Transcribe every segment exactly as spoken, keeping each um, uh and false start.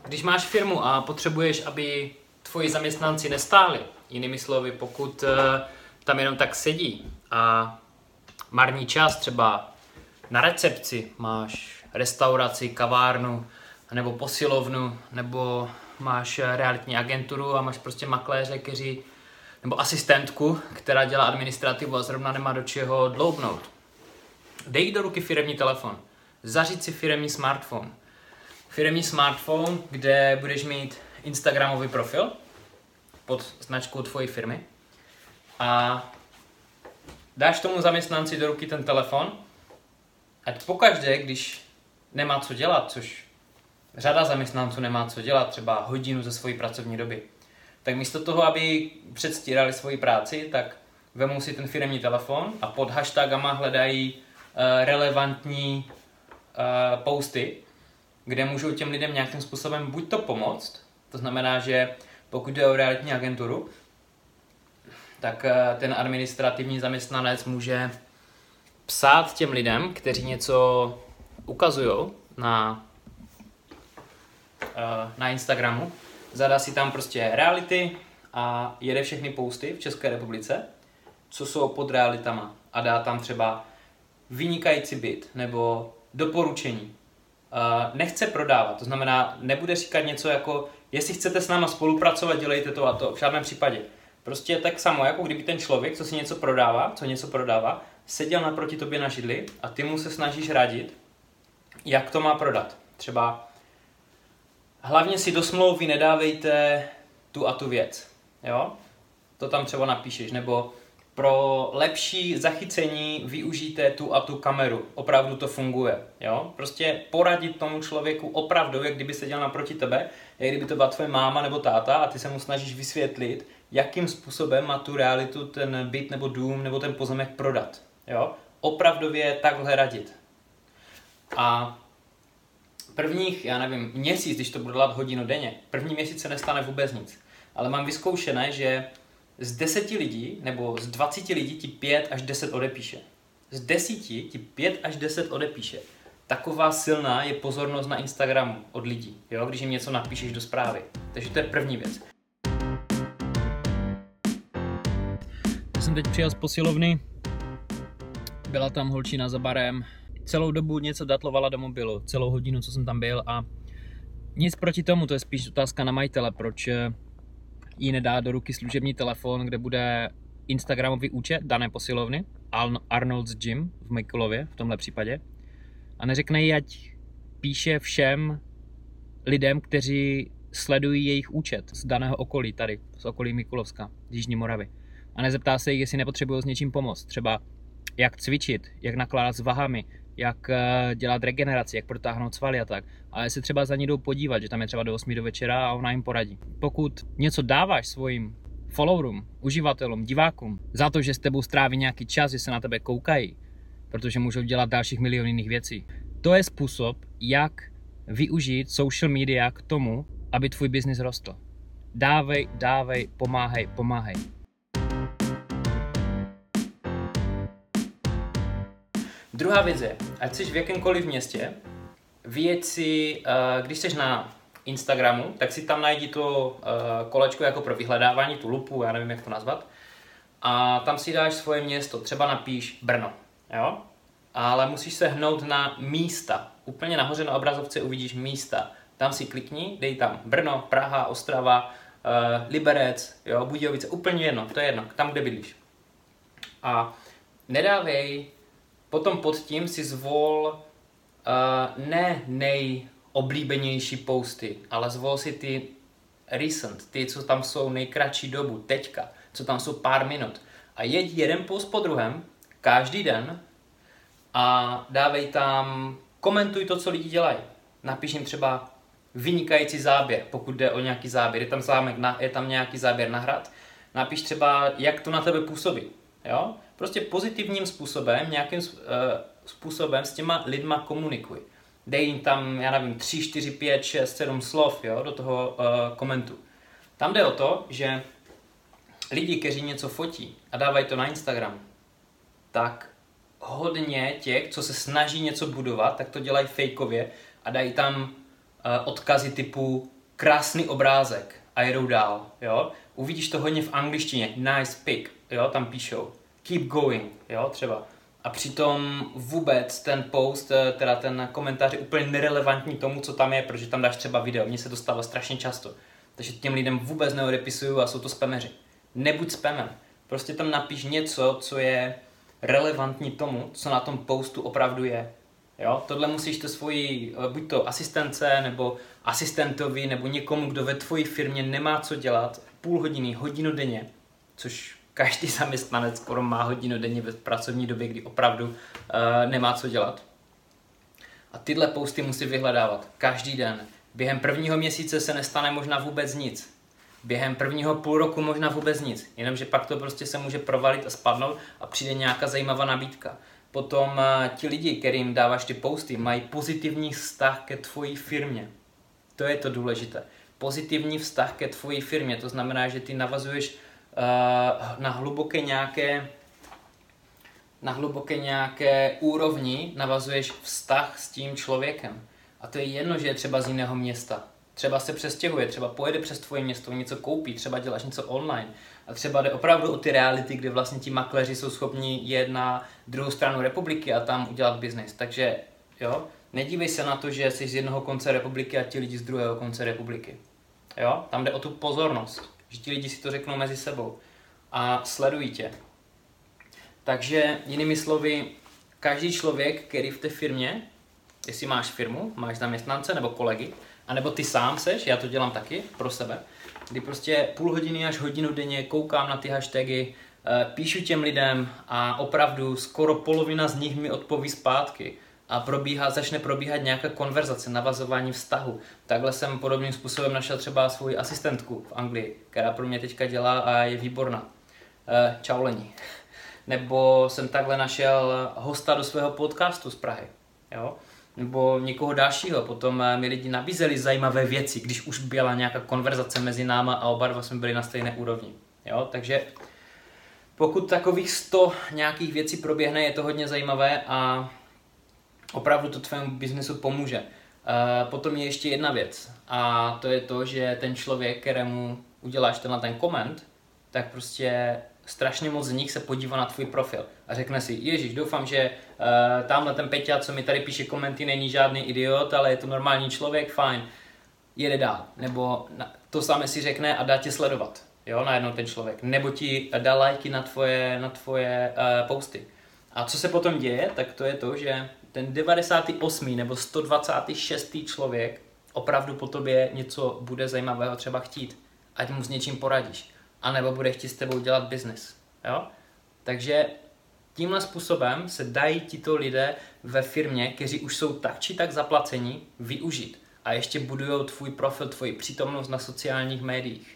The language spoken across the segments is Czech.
Když máš firmu a potřebuješ, aby tvoji zaměstnanci nestáli, jinými slovy, pokud uh, tam jenom tak sedí a marní čas třeba na recepci, máš restauraci, kavárnu, nebo posilovnu, nebo máš realitní agenturu a máš prostě makléře, kteří, nebo asistentku, která dělá administrativu a zrovna nemá do čeho dloubnout. Dej do ruky firemní telefon, zařiď si firemní smartphone. Firemní smartphone, kde budeš mít instagramový profil pod značkou tvojí firmy a dáš tomu zaměstnanci do ruky ten telefon, ať pokaždé, když nemá co dělat, což řada zaměstnanců nemá co dělat, třeba hodinu ze své pracovní doby, tak místo toho, aby předstírali svoji práci, tak vemou si ten firemní telefon a pod hashtagama hledají uh, relevantní uh, posty, kde můžou těm lidem nějakým způsobem buď to pomoct, to znamená, že pokud jde o realitní agenturu, tak uh, ten administrativní zaměstnanec může psát těm lidem, kteří něco ukazují na, uh, na Instagramu, zadá si tam prostě reality a jede všechny posty v České republice, co jsou pod realitama a dá tam třeba vynikající byt nebo doporučení. Uh, nechce prodávat, to znamená, nebude říkat něco jako, jestli chcete s náma spolupracovat, dělejte to a to, v žádném případě. Prostě tak samo, jako kdyby ten člověk, co si něco prodává, co něco prodává, seděl naproti tobě na židli a ty mu se snažíš radit, jak to má prodat. Třeba hlavně si do smlouvy nedávejte tu a tu věc, jo? To tam třeba napíšeš, nebo pro lepší zachycení využijte tu a tu kameru, opravdu to funguje, jo? Prostě poradit tomu člověku opravdu, jak kdyby seděl naproti tebe, jak kdyby to byla tvoje máma nebo táta a ty se mu snažíš vysvětlit, jakým způsobem má tu realitu ten byt nebo dům nebo ten pozemek prodat, jo? Opravdově takhle radit. A prvních, já nevím, měsíc, když to budu dělat hodinu denně, první měsíc se nestane vůbec nic. Ale mám vyzkoušené, že z deseti lidí, nebo z dvaceti lidí ti pět až deset odepíše. Z desíti ti pět až deset odepíše. Taková silná je pozornost na Instagramu od lidí, jo? Když jim něco napíšeš do zprávy. Takže to je první věc. Já jsem teď přijel z posilovny, byla tam holčina za barem, celou dobu něco datlovala do mobilu, celou hodinu, co jsem tam byl a nic proti tomu, to je spíš otázka na majitele, proč jí nedá do ruky služební telefon, kde bude Instagramový účet dané posilovny, Arnold's Gym v Mikulově v tomhle případě, a neřekne jí, ať píše všem lidem, kteří sledují jejich účet z daného okolí tady, z okolí Mikulovska, z Jižní Moravy. A nezeptá se jich, jestli nepotřebují s něčím pomoct, třeba jak cvičit, jak nakládat s vahami, jak dělat regeneraci, jak protáhnout svaly a tak. Ale se třeba za ní jdou podívat, že tam je třeba do osmi do večera a ona jim poradí. Pokud něco dáváš svým followerům, uživatelům, divákům, za to, že s tebou stráví nějaký čas, že se na tebe koukají, protože můžou dělat dalších milion jiných věcí, to je způsob, jak využít social media k tomu, aby tvůj biznis rostl. Dávej, dávej, pomáhej, pomáhej. Druhá věc je, ať jsi v jakémkoliv městě, vyjeď si, když jsi na Instagramu, tak si tam najdi to kolečko jako pro vyhledávání, tu lupu, já nevím, jak to nazvat, a tam si dáš svoje město, třeba napíš Brno, jo? Ale musíš se hnout na místa. Úplně nahoře na obrazovce uvidíš místa. Tam si klikni, dej tam Brno, Praha, Ostrava, Liberec, jo, Budějovice, úplně jedno, to je jedno, tam, kde bydlíš. A nedávej. Potom pod tím si zvol uh, ne nejoblíbenější posty, ale zvol si ty recent, ty, co tam jsou nejkratší dobu, teďka, co tam jsou pár minut. A jeď jeden post po druhém, každý den a dávej tam, komentuj to, co lidi dělají. Napiš jim třeba vynikající záběr, pokud jde o nějaký záběr, je tam, zámek, je tam nějaký záběr na hrad. Napiš třeba, jak to na tebe působí, jo? Prostě pozitivním způsobem, nějakým uh, způsobem s těma lidma komunikuj. Dej jim tam, já nevím, tři, čtyři, pět, šest, sedm slov, jo, do toho uh, komentu. Tam jde o to, že lidi, kteří něco fotí a dávají to na Instagram, tak hodně těch, co se snaží něco budovat, tak to dělají fejkově a dají tam uh, odkazy typu krásný obrázek a jedou dál, jo. Uvidíš to hodně v angličtině, nice pic, jo, tam píšou, keep going, jo, třeba. A přitom vůbec ten post, teda ten komentář je úplně nerelevantní tomu, co tam je, protože tam dáš třeba video, mně se to stává strašně často. Takže těm lidem vůbec neodepisuju a jsou to spameři. Nebuď spamem, prostě tam napiš něco, co je relevantní tomu, co na tom postu opravdu je. Jo? Tohle musíš to svoji, buď to asistence, nebo asistentovi, nebo někomu, kdo ve tvojí firmě nemá co dělat, půl hodiny, hodinu denně, což každý zaměstnanec skoro má hodinu denně ve pracovní době, kdy opravdu uh, nemá co dělat. A tyhle posty musí vyhledávat každý den. Během prvního měsíce se nestane možná vůbec nic. Během prvního půl roku možná vůbec nic. Jenomže pak to prostě se může provalit a spadnout a přijde nějaká zajímavá nabídka. Potom uh, ti lidi, kterým dáváš ty posty, mají pozitivní vztah ke tvojí firmě. To je to důležité. Pozitivní vztah ke tvojí firmě. To znamená, že ty navazuješ uh, na hluboké nějaké na hluboké nějaké úrovni navazuješ vztah s tím člověkem. A to je jedno, že je třeba z jiného města. Třeba se přestěhuje, třeba pojede přes tvoje město, něco koupí, třeba děláš něco online. A třeba jde opravdu o ty reality, kde vlastně ti makléři jsou schopni jet na druhou stranu republiky a tam udělat biznis. Takže jo, nedívej se na to, že jsi z jednoho konce republiky a ti lidi z druhého konce republiky. Jo, tam jde o tu pozornost, že ti lidi si to řeknou mezi sebou a sledují tě. Takže jinými slovy, každý člověk, který v té firmě, jestli máš firmu, máš zaměstnance nebo kolegy, anebo ty sám seš, já to dělám taky pro sebe, kdy prostě půl hodiny až hodinu denně koukám na ty hashtagy, píšu těm lidem a opravdu skoro polovina z nich mi odpoví zpátky a probíhá, začne probíhat nějaká konverzace, navazování vztahu. Takhle jsem podobným způsobem našel třeba svoji asistentku v Anglii, která pro mě teďka dělá a je výborná. Čau Lení. Nebo jsem takhle našel hosta do svého podcastu z Prahy. Jo? Nebo někoho dalšího. Potom mi lidi nabízeli zajímavé věci, když už byla nějaká konverzace mezi náma a oba dva jsme byli na stejné úrovni. Jo? Takže pokud takových sto nějakých věcí proběhne, je to hodně zajímavé a opravdu to tvému biznesu pomůže. Potom je ještě jedna věc a to je to, že ten člověk, kterému uděláš tenhle ten koment, tak prostě strašně moc z nich se podívá na tvůj profil a řekne si, Ježíš, doufám, že uh, tamhle ten Peťa, co mi tady píše komenty, není žádný idiot, ale je to normální člověk, fajn, jede dál. Nebo na, to samé si řekne a dá tě sledovat, jo, najednou ten člověk. Nebo ti dá lajky na tvoje, na tvoje uh, posty. A co se potom děje, tak to je to, že ten devadesátý osmý nebo sto dvacátý šestý člověk opravdu po tobě něco bude zajímavého třeba chtít, ať mu s něčím poradíš. A nebo bude chtít s tebou dělat biznis. Jo? Takže tímhle způsobem se dají tito lidé ve firmě, kteří už jsou tak či tak zaplaceni, využít. A ještě budujou tvůj profil, tvoji přítomnost na sociálních médiích.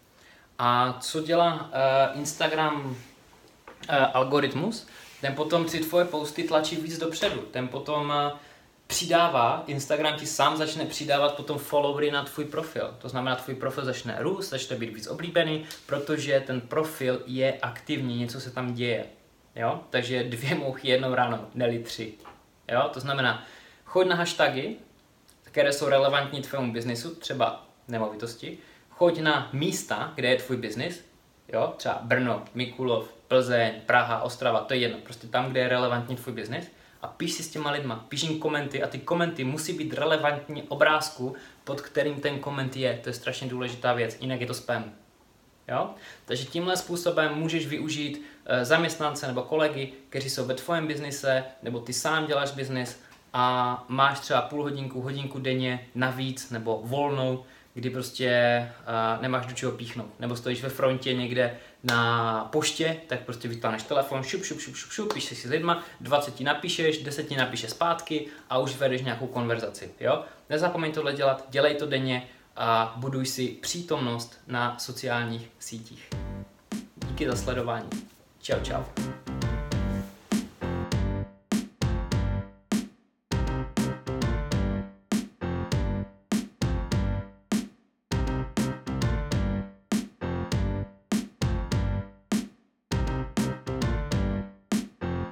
A co dělá uh, Instagram uh, algoritmus? Ten potom si tvoje posty tlačí víc dopředu. Ten potom uh, přidává, Instagram ti sám začne přidávat potom followery na tvůj profil. To znamená, tvůj profil začne růst, začne být víc oblíbený, protože ten profil je aktivní, něco se tam děje. Jo? Takže dvě mouchy jednou ráno, ne tři. Jo? To znamená, choď na hashtagy, které jsou relevantní tvému biznisu, třeba nemovitosti, choď na místa, kde je tvůj biznis, jo? Třeba Brno, Mikulov, Plzeň, Praha, Ostrava, to je jedno, prostě tam, kde je relevantní tvůj biznis. A píš si s těma lidma, píš jim komenty a ty komenty musí být relevantní obrázku, pod kterým ten koment je. To je strašně důležitá věc, jinak je to spam. Jo? Takže tímhle způsobem můžeš využít e, zaměstnance nebo kolegy, kteří jsou ve tvém biznise, nebo ty sám děláš biznis a máš třeba půl hodinku, hodinku denně navíc nebo volnou, kdy prostě e, nemáš do čeho píchnout. Nebo stojíš ve frontě někde na poště, tak prostě vytáhneš telefon, šup, šup, šup, šup, šup, píšeš si s lidma, dvacet ti napíšeš, deset ti napíše zpátky a už vedeš nějakou konverzaci. Jo? Nezapomeň tohle dělat, dělej to denně a buduj si přítomnost na sociálních sítích. Díky za sledování. Čau, čau.